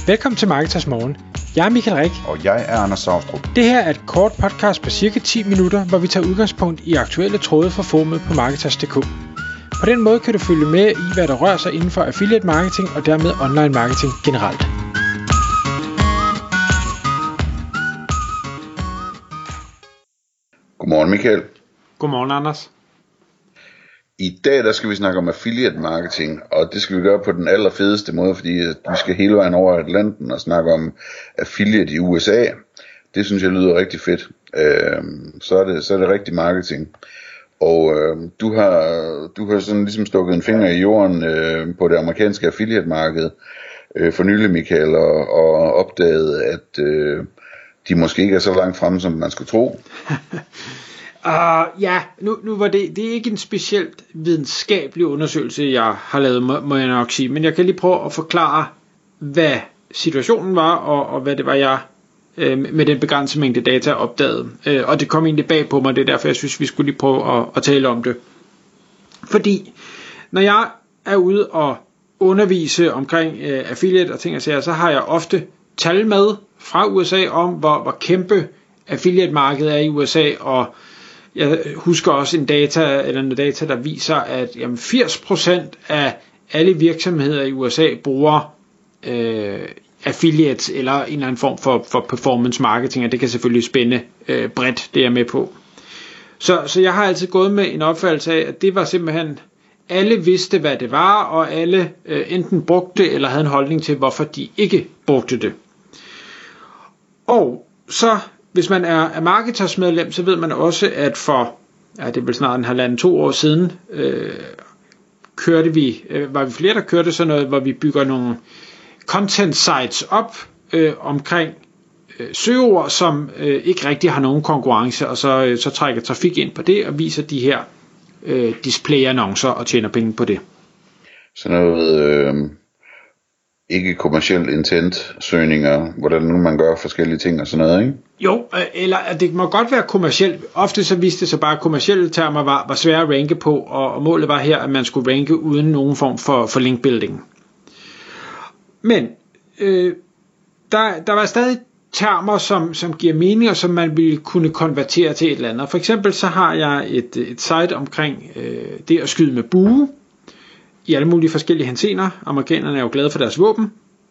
Velkommen til Marketers Morgen. Jeg er Michael Rik. Og jeg er Anders Saustrup. Det her er et kort podcast på cirka 10 minutter, hvor vi tager udgangspunkt i aktuelle tråde fra forumet på Marketers.dk. På den måde kan du følge med i, hvad der rører sig inden for affiliate marketing og dermed online marketing generelt. Godmorgen Michael. Godmorgen Anders. I dag der skal vi snakke om affiliate marketing, og det skal vi gøre på den allerfedeste måde, fordi vi skal hele vejen over Atlanten og snakke om affiliate i USA. Det synes jeg lyder rigtig fedt. Så er det rigtig marketing. Og du har sådan ligesom stukket en finger i jorden på det amerikanske affiliate marked for nylig, Michael, og opdaget, at de måske ikke er så langt fremme, som man skulle tro. Ja, nu var det er ikke en specielt videnskabelig undersøgelse, jeg har lavet, må jeg nok sige, men jeg kan lige prøve at forklare, hvad situationen var, og hvad det var, jeg med den begrænsede mængde data opdagede. Og det kom egentlig bag på mig, det er derfor, jeg synes, vi skulle lige prøve at tale om det. Fordi, når jeg er ude og undervise omkring affiliate og ting og sager, så har jeg ofte tal med fra USA om, hvor kæmpe affiliate-markedet er i USA, og jeg husker også noget data, der viser, at 80% af alle virksomheder i USA bruger affiliates eller en eller anden form for performance marketing, og det kan selvfølgelig spænde bredt, det er jeg med på. Så jeg har altid gået med en opfattelse af, at det var simpelthen, alle vidste hvad det var, og alle enten brugte eller havde en holdning til, hvorfor de ikke brugte det. Og så hvis man er Marketers medlem, så ved man også, at det er vel snart 1,5-2 år siden, var vi flere, der kørte sådan noget, hvor vi bygger nogle content sites op omkring søgeord, som ikke rigtig har nogen konkurrence, og så trækker trafik ind på det, og viser de her display-annoncer og tjener penge på det. Sådan noget ikke kommercielt intent søgninger, hvordan nu man gør forskellige ting og sådan noget, ikke? Jo, eller det må godt være kommercielt. Ofte så viste det sig bare, at kommercielle termer var svære at ranke på, og målet var her, at man skulle ranke uden nogen form for linkbuilding. Men der var stadig termer, som giver mening, og som man ville kunne konvertere til et eller andet. For eksempel så har jeg et site omkring det at skyde med bue, i alle mulige forskellige henseender. Amerikanerne er jo glade for deres våben.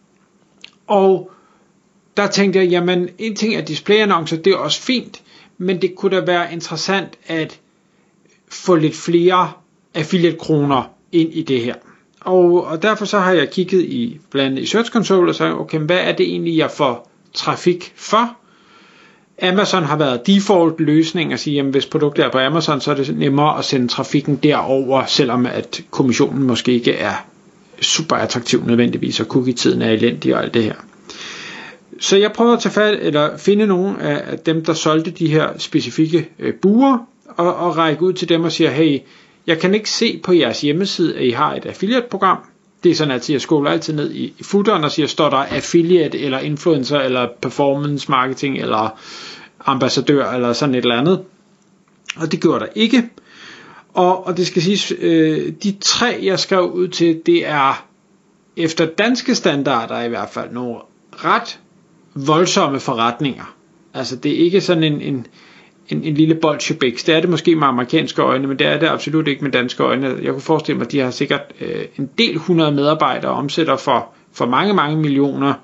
Og der tænkte jeg, jamen en ting er displayannoncer, det er også fint, men det kunne da være interessant at få lidt flere affiliate kroner ind i det her. Og derfor så har jeg kigget blandt andet i Search Console og sagt, okay, hvad er det egentlig, jeg får trafik for? Amazon har været default løsning at sige, jamen hvis produktet er på Amazon, så er det nemmere at sende trafikken derover, selvom at kommissionen måske ikke er super attraktiv nødvendigvis, og cookie-tiden er elendig og alt det her. Så jeg prøver at tage fat, eller finde nogle af dem, der solgte de her specifikke buer, og række ud til dem og siger, hey, jeg kan ikke se på jeres hjemmeside, at I har et affiliate-program. Det er sådan, at jeg scroller altid ned i footeren og siger, står der affiliate, eller influencer, eller performance marketing, eller ambassadør, eller sådan et eller andet. Og det gjorde der ikke. Og det skal siges, de 3, jeg skrev ud til, det er efter danske standarder i hvert fald nogle ret voldsomme forretninger. Altså det er ikke sådan en lille bolsjebæks. Det er det måske med amerikanske øjne, men det er det absolut ikke med danske øjne. Jeg kunne forestille mig, at de har sikkert en del 100 medarbejdere og omsætter for mange, mange millioner.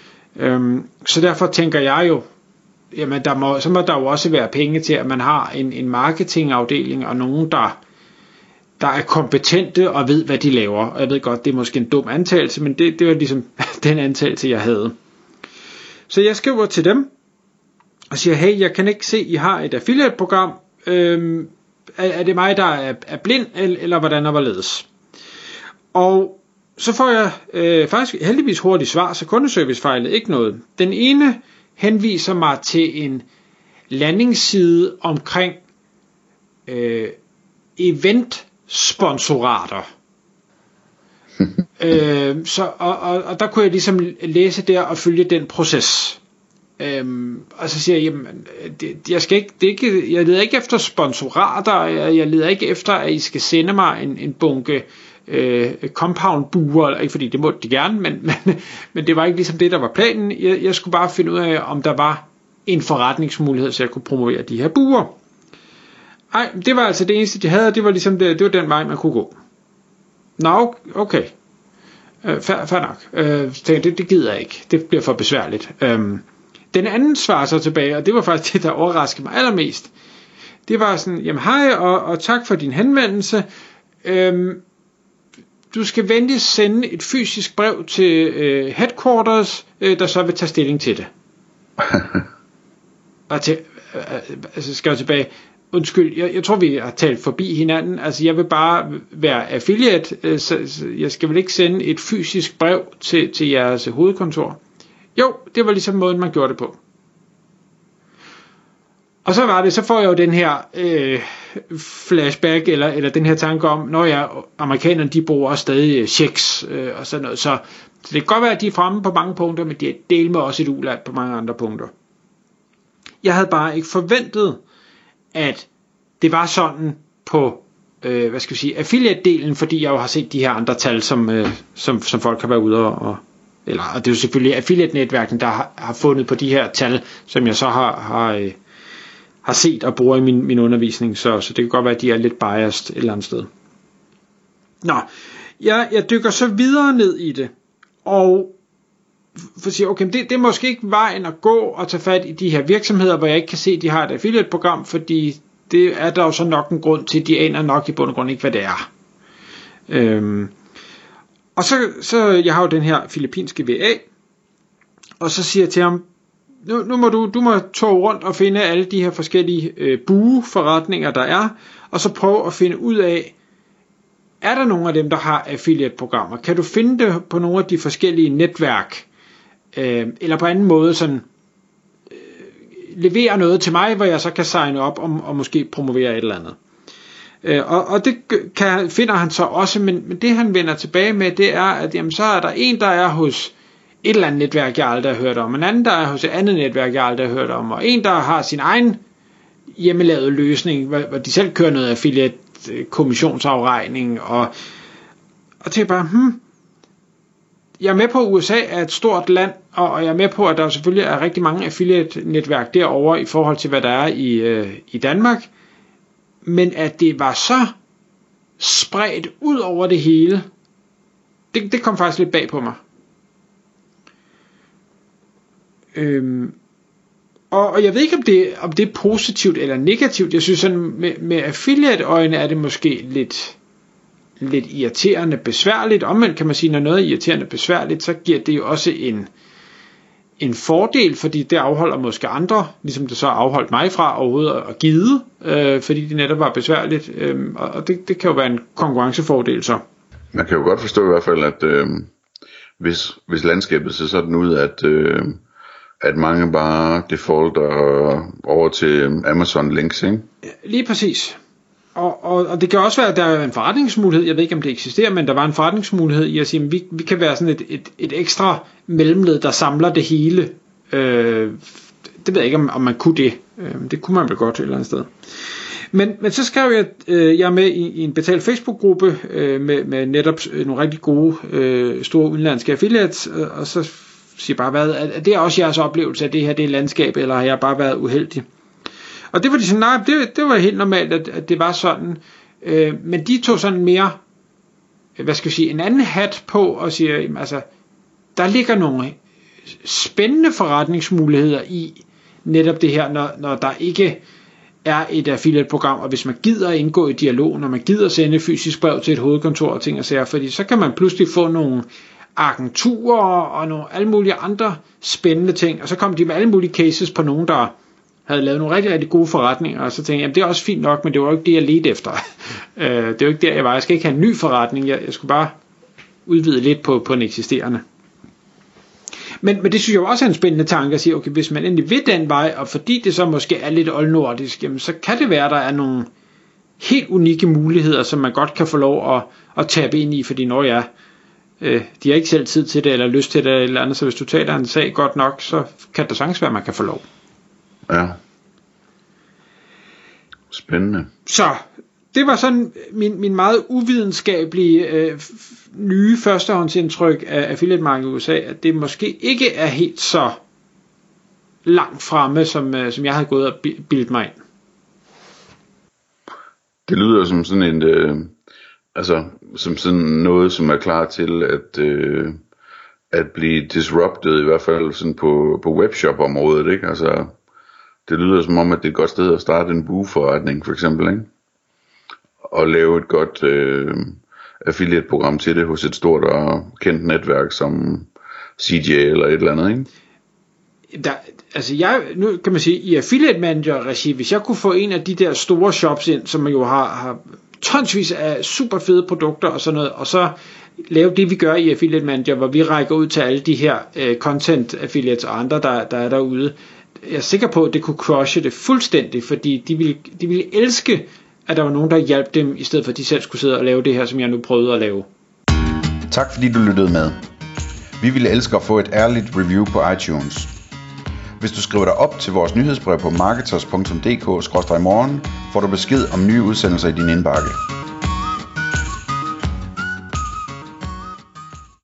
Så derfor tænker jeg jo, jamen så må der jo også være penge til, at man har en marketingafdeling og nogen, der er kompetente og ved, hvad de laver. Og jeg ved godt, det er måske en dum antagelse, men det var ligesom den antagelse, jeg havde. Så jeg skriver til dem og siger, hey, jeg kan ikke se, I har et affiliate-program. Er det mig, der er blind, eller hvordan og hvorledes? Og så får jeg faktisk heldigvis hurtigt svar, så kundeservicefejlet ikke noget. Den ene henviser mig til en landingsside omkring event-sponsorater. Og der kunne jeg ligesom læse der og følge den proces. Og så siger jeg, jamen, jeg leder ikke efter sponsorater, jeg leder ikke efter, at I skal sende mig en bunke compound-buer, ikke fordi det måtte de gerne, men det var ikke ligesom det, der var planen. Jeg skulle bare finde ud af, om der var en forretningsmulighed, så jeg kunne promovere de her buer. Ej, det var altså det eneste, de havde, det var ligesom det var den vej, man kunne gå. Nå, okay. Fair nok. Det gider jeg ikke. Det bliver for besværligt. Den anden svarer så tilbage, og det var faktisk det, der overraskede mig allermest. Det var sådan, jamen hej, og tak for din henvendelse. Du skal venligst sende et fysisk brev til headquarters, der så vil tage stilling til det. Og skal jeg tilbage. Undskyld, jeg tror vi har talt forbi hinanden. Altså jeg vil bare være affiliate, så jeg skal vel ikke sende et fysisk brev til jeres hovedkontor. Jo, det var ligesom måden man gjorde det på. Og så får jeg jo den her flashback, eller den her tanke om, når amerikanerne de bruger stadig checks og sådan noget. Så det kan godt være, at de er fremme på mange punkter, men de deler med også et uland på mange andre punkter. Jeg havde bare ikke forventet, at det var sådan på affiliate-delen, fordi jeg jo har set de her andre tal, som folk har været ude og det er jo selvfølgelig affiliate-netværken, der har fundet på de her tal, som jeg så har set og bruger i min undervisning, så det kan godt være, at de er lidt biased et eller andet sted. Nå, jeg dykker så videre ned i det, og for at sige, okay, det er måske ikke vejen at gå og tage fat i de her virksomheder, hvor jeg ikke kan se, at de har et affiliate-program, fordi det er der jo så nok en grund til, de aner nok i bund og grund ikke, hvad det er. Og så jeg har jo den her filippinske VA, og så siger jeg til ham, nu må du må tage rundt og finde alle de her forskellige bueforretninger, der er, og så prøve at finde ud af, er der nogle af dem, der har affiliate-programmer? Kan du finde det på nogle af de forskellige netværk? Eller på anden måde sådan levere noget til mig, hvor jeg så kan signe op og måske promovere et eller andet. Og det finder han så også, men det han vender tilbage med, det er, at jamen, så er der en, der er hos et eller andet netværk, jeg aldrig har hørt om, en anden, der er hos et andet netværk, jeg aldrig har hørt om, og en, der har sin egen hjemmelavede løsning, hvor de selv kører noget affiliate kommissionsafregning, og det er bare, jeg er med på, at USA er et stort land, og jeg er med på, at der selvfølgelig er rigtig mange affiliate-netværk derovre i forhold til, hvad der er i Danmark, men at det var så spredt ud over det hele, det kom faktisk lidt bag på mig. Og jeg ved ikke, om det er positivt eller negativt. Jeg synes sådan, med affiliate-øjne er det måske lidt irriterende besværligt. Omvendt kan man sige, når noget er irriterende besværligt, så giver det jo også en fordel, fordi det afholder måske andre, ligesom det så afholdt mig fra overhovedet at give, fordi det netop var besværligt. Og det kan jo være en konkurrencefordel så. Man kan jo godt forstå i hvert fald, at hvis landskabet ser sådan ud, at mange bare defaulter over til Amazon links, ikke? Lige præcis. Og det kan også være, at der er en forretningsmulighed, jeg ved ikke, om det eksisterer, men der var en forretningsmulighed i at sige, at vi kan være sådan et ekstra mellemled, der samler det hele. Det ved jeg ikke, om man kunne det. Det kunne man vel godt et eller andet sted. Men så skrev jeg er med i en betalt Facebook-gruppe med netop nogle rigtig gode, store udenlandske affiliates, og så siger bare, er det også jeres oplevelse, at det her det er landskab, eller har jeg bare været uheldig? Og det var de sådan, nej, det var helt normalt, at det var sådan. Men de tog sådan mere, en anden hat på, og siger, altså, der ligger nogle spændende forretningsmuligheder i netop det her, når der ikke er et affiliate-program, og hvis man gider at indgå i dialog, når man gider sende fysisk brev til et hovedkontor og ting og sager, fordi så kan man pludselig få nogle agenturer og nogle alle mulige andre spændende ting, og så kom de med alle mulige cases på nogen, der havde lavet nogle rigtig, rigtig gode forretninger, og så tænkte jeg, jamen det er også fint nok, men det var jo ikke det, jeg ledte efter. Det er jo ikke der, jeg var. Jeg skal ikke have en ny forretning, jeg skulle bare udvide lidt på en eksisterende. Men det synes jeg også er en spændende tanke at sige, okay, hvis man endelig vil den vej, og fordi det så måske er lidt oldnordisk, jamen så kan det være, der er nogle helt unikke muligheder, som man godt kan få lov at tabe ind i, fordi når jeg de har ikke selv tid til det, eller lyst til det, eller andet, så hvis du taler en sag godt nok, så kan det sagtens være, at man kan få lov. Ja. Spændende. Så det var sådan min meget uvidenskabelige nye førstehåndsindtryk af affiliate-markedet i USA, at det måske ikke er helt så langt fremme, som jeg havde gået og bildet mig ind. Det lyder som sådan en, som sådan noget, som er klar til at blive disrupted, i hvert fald sådan på webshop-området, ikke? Altså, det lyder som om, at det er et godt sted at starte en bueforretning, for eksempel, ikke? Og lave et godt affiliate-program til det hos et stort og kendt netværk som CJ eller et eller andet, ikke? Nu kan man sige, i affiliate manager-regi, hvis jeg kunne få en af de der store shops ind, som jo har tonsvis af super fede produkter og sådan noget, og så lave det, vi gør i affiliate manager, hvor vi rækker ud til alle de her content affiliates og andre, der er derude. Jeg er sikker på, at det kunne crushe det fuldstændig, fordi de ville elske, at der var nogen, der hjalp dem, i stedet for at de selv skulle sidde og lave det her, som jeg nu prøvede at lave. Tak fordi du lyttede med. Vi ville elske at få et ærligt review på iTunes. Hvis du skriver dig op til vores nyhedsbrev på marketers.dk/morgen, får du besked om nye udsendelser i din indbakke.